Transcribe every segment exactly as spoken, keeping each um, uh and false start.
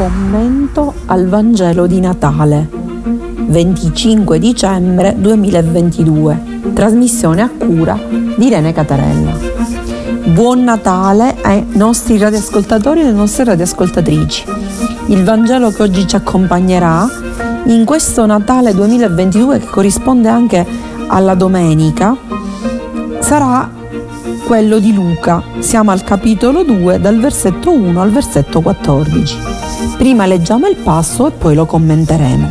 Commento al Vangelo di Natale, venticinque dicembre duemilaventidue, trasmissione a cura di Irene Catarella. Buon Natale ai nostri radioascoltatori e alle nostre radioascoltatrici. Il Vangelo che oggi ci accompagnerà in questo Natale duemilaventidue, che corrisponde anche alla domenica, sarà quello di Luca. Siamo al capitolo due, dal versetto uno al versetto quattordici. Prima leggiamo il passo e poi lo commenteremo.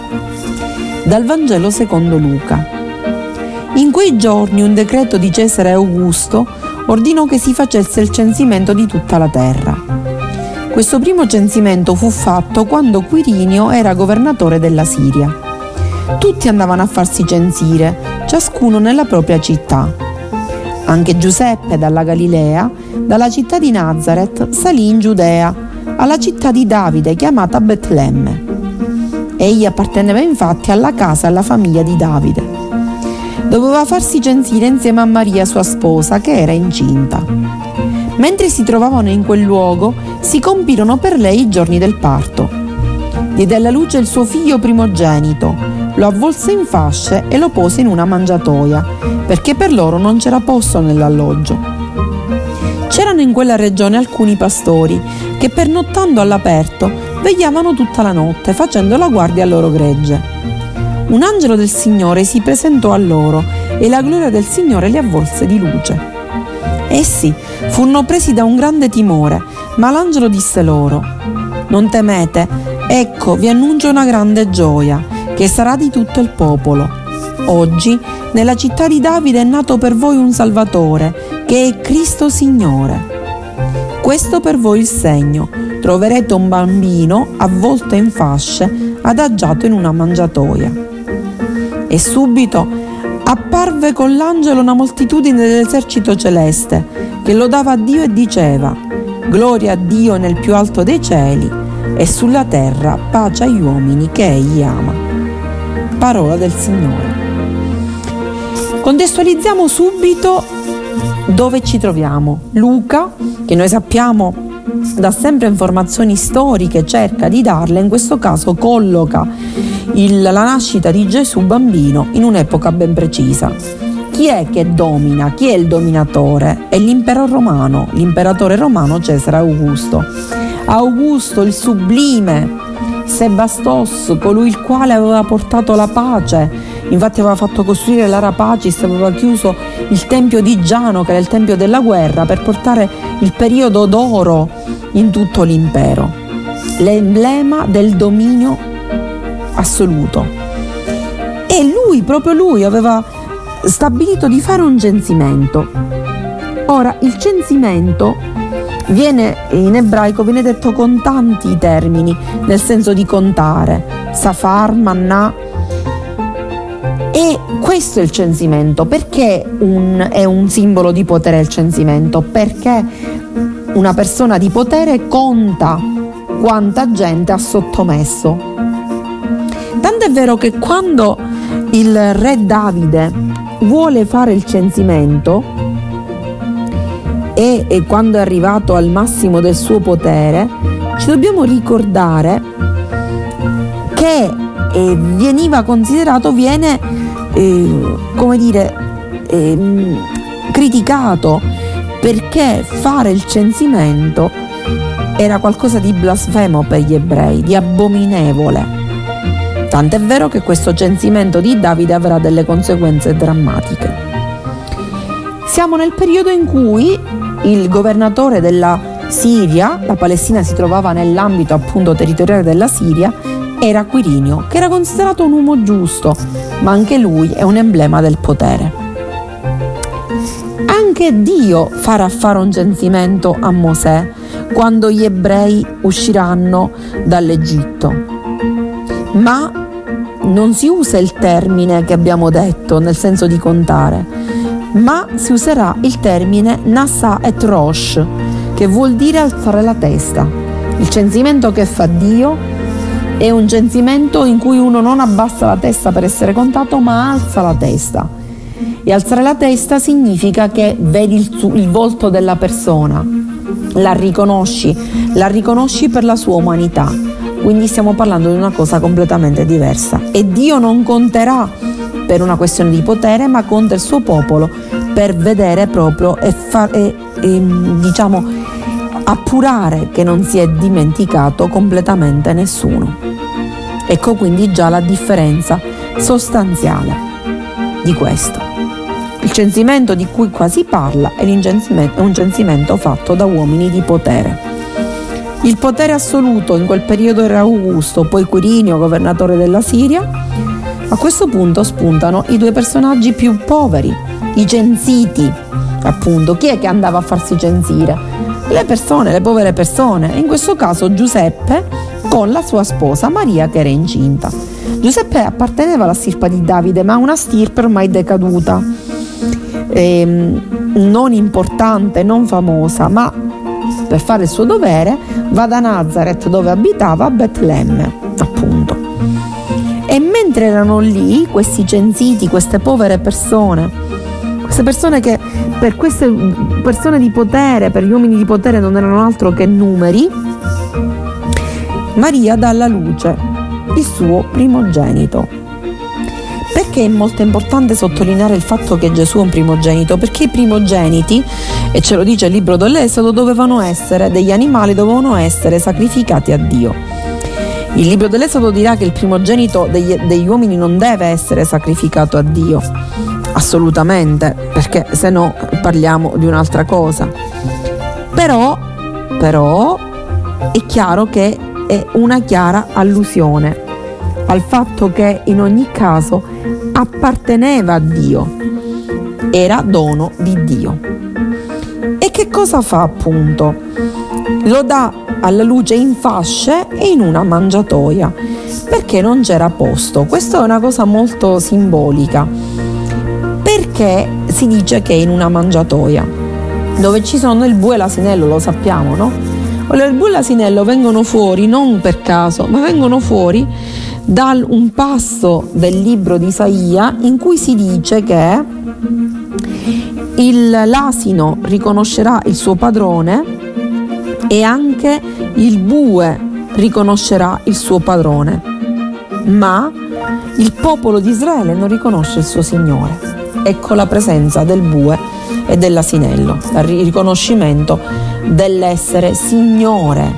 Dal Vangelo secondo Luca. In quei giorni un decreto di Cesare Augusto ordinò che si facesse il censimento di tutta la terra. Questo primo censimento fu fatto quando Quirinio era governatore della Siria. Tutti andavano a farsi censire, ciascuno nella propria città. Anche Giuseppe dalla Galilea, dalla città di Nazaret, salì in Giudea, alla città di Davide chiamata Betlemme. Egli apparteneva infatti alla casa e alla famiglia di Davide. Doveva farsi censire insieme a Maria, sua sposa, che era incinta. Mentre si trovavano in quel luogo, si compirono per lei i giorni del parto. Diede alla luce il suo figlio primogenito, lo avvolse in fasce e lo pose in una mangiatoia, perché per loro non c'era posto nell'alloggio. C'erano in quella regione alcuni pastori che, pernottando all'aperto, vegliavano tutta la notte, facendo la guardia al loro gregge. Un angelo del Signore si presentò a loro e la gloria del Signore li avvolse di luce. Essi furono presi da un grande timore, ma l'angelo disse loro: «Non temete, ecco vi annuncio una grande gioia, che sarà di tutto il popolo. Oggi nella città di Davide è nato per voi un Salvatore, che è Cristo Signore. Questo per voi il segno: troverete un bambino avvolto in fasce, adagiato in una mangiatoia». E subito apparve con l'angelo una moltitudine dell'esercito celeste, che lodava Dio e diceva: «Gloria a Dio nel più alto dei cieli, e sulla terra pace agli uomini che Egli ama». Parola del Signore. Contestualizziamo subito dove ci troviamo. Luca, che noi sappiamo dà sempre informazioni storiche, cerca di darle, in questo caso colloca il, la nascita di Gesù bambino in un'epoca ben precisa. Chi è che domina? Chi è il dominatore? È l'impero romano, l'imperatore romano Cesare Augusto. Augusto, il sublime, Sebastos, colui il quale aveva portato la pace, infatti aveva fatto costruire l'Ara Pacis, aveva chiuso il tempio di Giano, che era il tempio della guerra, per portare il periodo d'oro in tutto l'impero, l'emblema del dominio assoluto. E lui, proprio lui, aveva stabilito di fare un censimento. Ora, il censimento viene in ebraico viene detto con tanti termini, nel senso di contare, safar, manna. E questo è il censimento. Perché un, è un simbolo di potere il censimento? Perché una persona di potere conta quanta gente ha sottomesso. Tant'è vero che quando il re Davide vuole fare il censimento, E, e quando è arrivato al massimo del suo potere, ci dobbiamo ricordare che eh, veniva considerato, viene eh, come dire eh, criticato, perché fare il censimento era qualcosa di blasfemo per gli ebrei, di abominevole. Tant'è vero che questo censimento di Davide avrà delle conseguenze drammatiche. Siamo nel periodo in cui il governatore della Siria, la Palestina si trovava nell'ambito appunto territoriale della Siria, era Quirinio, che era considerato un uomo giusto, ma anche lui è un emblema del potere. Anche Dio farà fare un censimento a Mosè quando gli ebrei usciranno dall'Egitto, ma non si usa il termine che abbiamo detto, nel senso di contare, ma si userà il termine Nasa et Rosh, che vuol dire alzare la testa. Il censimento che fa Dio è un censimento in cui uno non abbassa la testa per essere contato, ma alza la testa. E alzare la testa significa che vedi il, il volto della persona, la riconosci, la riconosci per la sua umanità. Quindi stiamo parlando di una cosa completamente diversa. E Dio non conterà per una questione di potere, ma conta il suo popolo per vedere proprio e, far, e, e diciamo appurare che non si è dimenticato completamente nessuno. Ecco quindi già la differenza sostanziale di questo. Il censimento di cui qua si parla è un censimento fatto da uomini di potere. Il potere assoluto in quel periodo era Augusto, poi Quirinio, governatore della Siria. A questo punto spuntano i due personaggi più poveri, i censiti, appunto. Chi è che andava a farsi censire? Le persone, le povere persone, in questo caso Giuseppe con la sua sposa Maria che era incinta. Giuseppe apparteneva alla stirpe di Davide, ma una stirpe ormai decaduta, ehm, non importante, non famosa, ma per fare il suo dovere va da Nazareth, dove abitava, a Betlemme, appunto. E mentre erano lì questi censiti, queste povere persone, queste persone che per queste persone di potere, per gli uomini di potere non erano altro che numeri, Maria dà alla luce il suo primogenito. Perché è molto importante sottolineare il fatto che Gesù è un primogenito? Perché i primogeniti, e ce lo dice il libro dell'Esodo, dovevano essere degli animali, dovevano essere sacrificati a Dio. Il libro dell'Esodo dirà che il primogenito degli, degli uomini non deve essere sacrificato a Dio, assolutamente, perché se no parliamo di un'altra cosa. Però, però è chiaro che è una chiara allusione al fatto che in ogni caso apparteneva a Dio, era dono di Dio. E che cosa fa appunto? Lo dà alla luce in fasce e in una mangiatoia, perché non c'era posto. Questa è una cosa molto simbolica, perché si dice che è in una mangiatoia, dove ci sono il bue e l'asinello, lo sappiamo, no? Allora il bue e l'asinello vengono fuori non per caso, ma vengono fuori da un passo del libro di Isaia in cui si dice che il, l'asino riconoscerà il suo padrone e anche il bue riconoscerà il suo padrone, ma il popolo di Israele non riconosce il suo Signore. Ecco la presenza del bue e dell'asinello, il riconoscimento dell'essere Signore.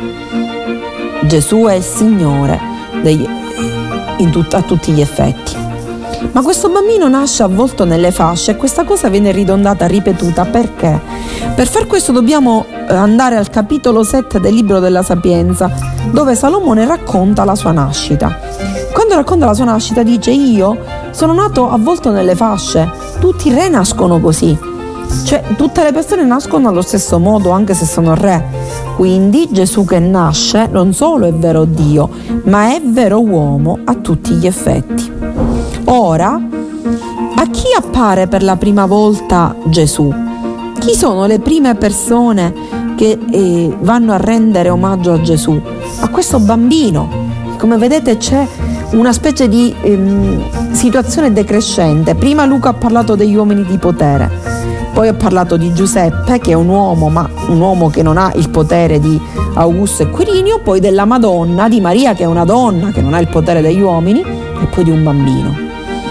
Gesù è il Signore degli, in tut, a tutti gli effetti. Ma questo bambino nasce avvolto nelle fasce e questa cosa viene ridondata, ripetuta. Perché? Per far questo dobbiamo andare al capitolo sette del libro della Sapienza, dove Salomone racconta la sua nascita. Quando racconta la sua nascita dice: io sono nato avvolto nelle fasce. Tutti i re nascono così, cioè tutte le persone nascono allo stesso modo anche se sono re. Quindi Gesù che nasce non solo è vero Dio, ma è vero uomo a tutti gli effetti. Ora, a chi appare per la prima volta Gesù? Chi sono le prime persone che eh, vanno a rendere omaggio a Gesù? A questo bambino. Come vedete c'è una specie di ehm, situazione decrescente. Prima Luca ha parlato degli uomini di potere, poi ha parlato di Giuseppe che è un uomo, ma un uomo che non ha il potere di Augusto e Quirinio, poi della Madonna, di Maria che è una donna che non ha il potere degli uomini, e poi di un bambino.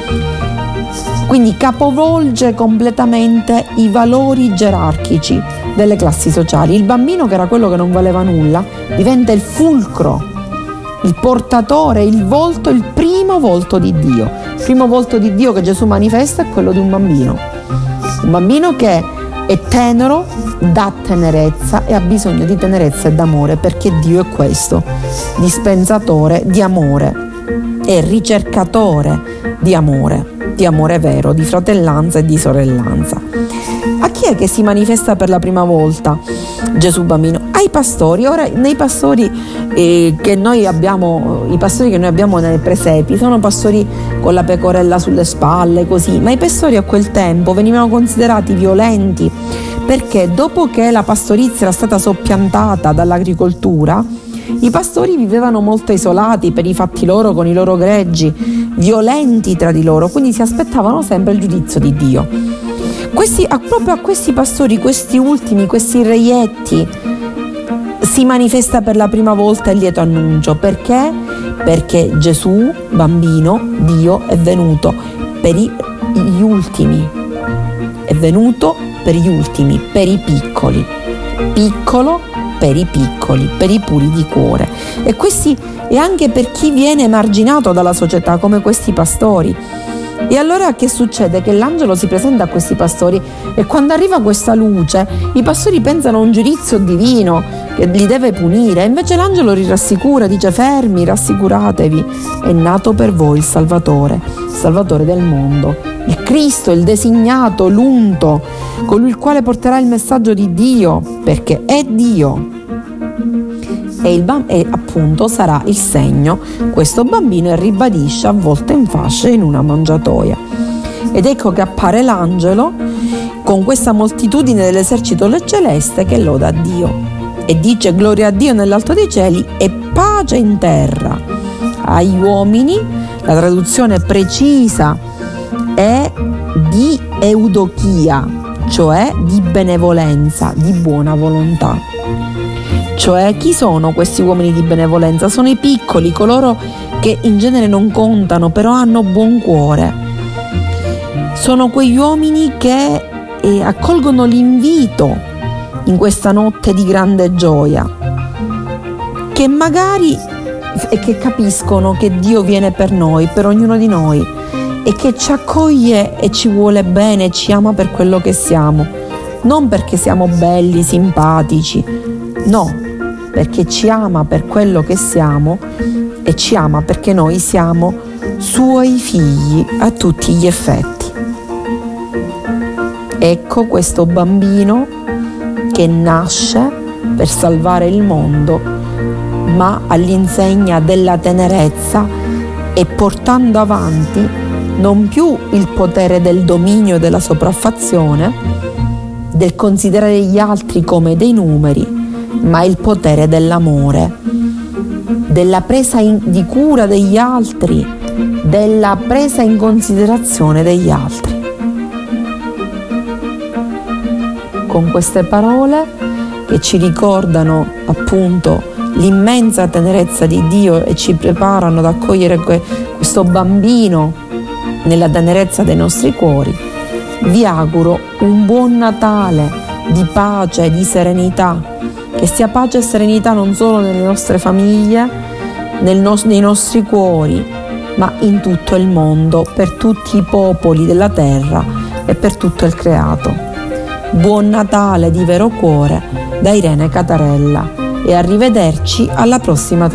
Quindi capovolge completamente i valori gerarchici delle classi sociali. Il bambino, che era quello che non valeva nulla, diventa il fulcro, il portatore, il volto, il primo volto di Dio. Il primo volto di Dio che Gesù manifesta è quello di un bambino. Un bambino che è tenero, dà tenerezza e ha bisogno di tenerezza e d'amore, perché Dio è questo, dispensatore di amore e ricercatore di amore, di amore vero, di fratellanza e di sorellanza. A chi è che si manifesta per la prima volta Gesù bambino? Ai pastori. Ora, nei pastori eh, che noi abbiamo, i pastori che noi abbiamo nei presepi sono pastori con la pecorella sulle spalle, così, ma i pastori a quel tempo venivano considerati violenti, perché dopo che la pastorizia era stata soppiantata dall'agricoltura, i pastori vivevano molto isolati per i fatti loro con i loro greggi, violenti tra di loro, quindi si aspettavano sempre il giudizio di Dio. Questi, proprio a questi pastori, questi ultimi, questi reietti, si manifesta per la prima volta il lieto annuncio. Perché? Perché Gesù, bambino, Dio, è venuto per gli ultimi, è venuto per gli ultimi, per i piccoli, piccolo per i piccoli, per i puri di cuore. E questi è anche per chi viene emarginato dalla società, come questi pastori. E allora che succede? Che l'angelo si presenta a questi pastori e quando arriva questa luce i pastori pensano a un giudizio divino che li deve punire, invece l'angelo li rassicura, dice: fermi, rassicuratevi, è nato per voi il Salvatore, il Salvatore del mondo, il Cristo, il designato, l'unto, colui il quale porterà il messaggio di Dio, perché è Dio. E, il bamb- e appunto sarà il segno, questo bambino, e ribadisce, avvolto in fasce in una mangiatoia. Ed ecco che appare l'angelo con questa moltitudine dell'esercito celeste che loda Dio e dice: gloria a Dio nell'alto dei cieli e pace in terra agli uomini. La traduzione precisa è di eudochia, cioè di benevolenza, di buona volontà. Cioè, chi sono questi uomini di benevolenza? Sono i piccoli, coloro che in genere non contano, però hanno buon cuore. Sono quegli uomini che eh, accolgono l'invito in questa notte di grande gioia, che magari e che capiscono che Dio viene per noi, per ognuno di noi, e che ci accoglie e ci vuole bene e ci ama per quello che siamo, non perché siamo belli, simpatici, no, perché ci ama per quello che siamo e ci ama perché noi siamo suoi figli a tutti gli effetti. Ecco questo bambino che nasce per salvare il mondo, ma all'insegna della tenerezza e portando avanti non più il potere del dominio e della sopraffazione, del considerare gli altri come dei numeri, ma il potere dell'amore, della presa in, di cura degli altri, della presa in considerazione degli altri. Con queste parole che ci ricordano appunto l'immensa tenerezza di Dio e ci preparano ad accogliere que- questo bambino nella tenerezza dei nostri cuori, vi auguro un buon Natale di pace e di serenità. Che sia pace e serenità non solo nelle nostre famiglie, nel no- nei nostri cuori, ma in tutto il mondo, per tutti i popoli della terra e per tutto il creato. Buon Natale di vero cuore da Irene Catarella e arrivederci alla prossima